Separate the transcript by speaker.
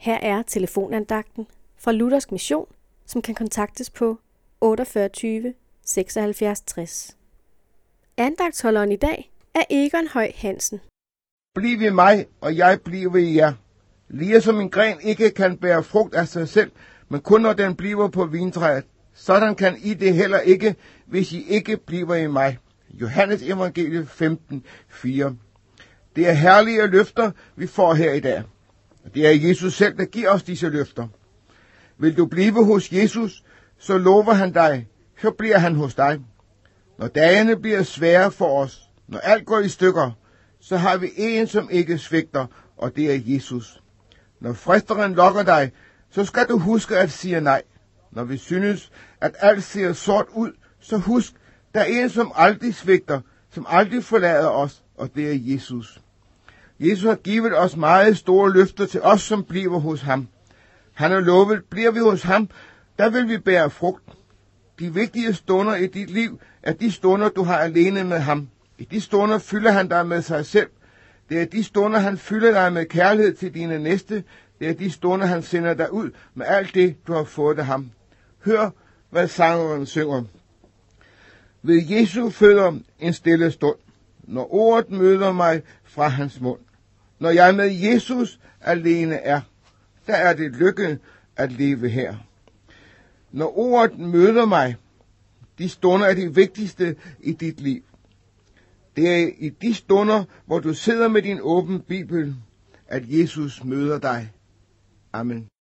Speaker 1: Her er telefonandagten fra Luthersk Mission, som kan kontaktes på 48 76 60. Andagtsholderen i dag er Egon Høj Hansen.
Speaker 2: Bliv i mig, og jeg bliver i jer. Lige som en gren ikke kan bære frugt af sig selv, men kun når den bliver på vintræet, sådan kan I det heller ikke, hvis I ikke bliver i mig. Johannes Evangelie 15:4. Det er herlige løfter, vi får her i dag. Det er Jesus selv, der giver os disse løfter. Vil du blive hos Jesus, så lover han dig, så bliver han hos dig. Når dagene bliver svære for os, når alt går i stykker, så har vi en, som ikke svigter, og det er Jesus. Når fristeren lokker dig, så skal du huske at sige nej. Når vi synes, at alt ser sort ud, så husk, der er en, som aldrig svigter, som aldrig forlader os, og det er Jesus. Jesus har givet os meget store løfter til os, som bliver hos ham. Han har lovet, bliver vi hos ham, der vil vi bære frugt. De vigtige stunder i dit liv er de stunder, du har alene med ham. I de stunder fylder han dig med sig selv. Det er de stunder, han fylder dig med kærlighed til dine næste. Det er de stunder, han sender dig ud med alt det, du har fået af ham. Hør, hvad sangeren synger. Ved Jesu fødder en stille stund, når ordet møder mig fra hans mund. Når jeg med Jesus alene er, der er det lykke at leve her. Når ordet møder mig, de stunder er de vigtigste i dit liv. Det er i de stunder, hvor du sidder med din åben bibel, at Jesus møder dig. Amen.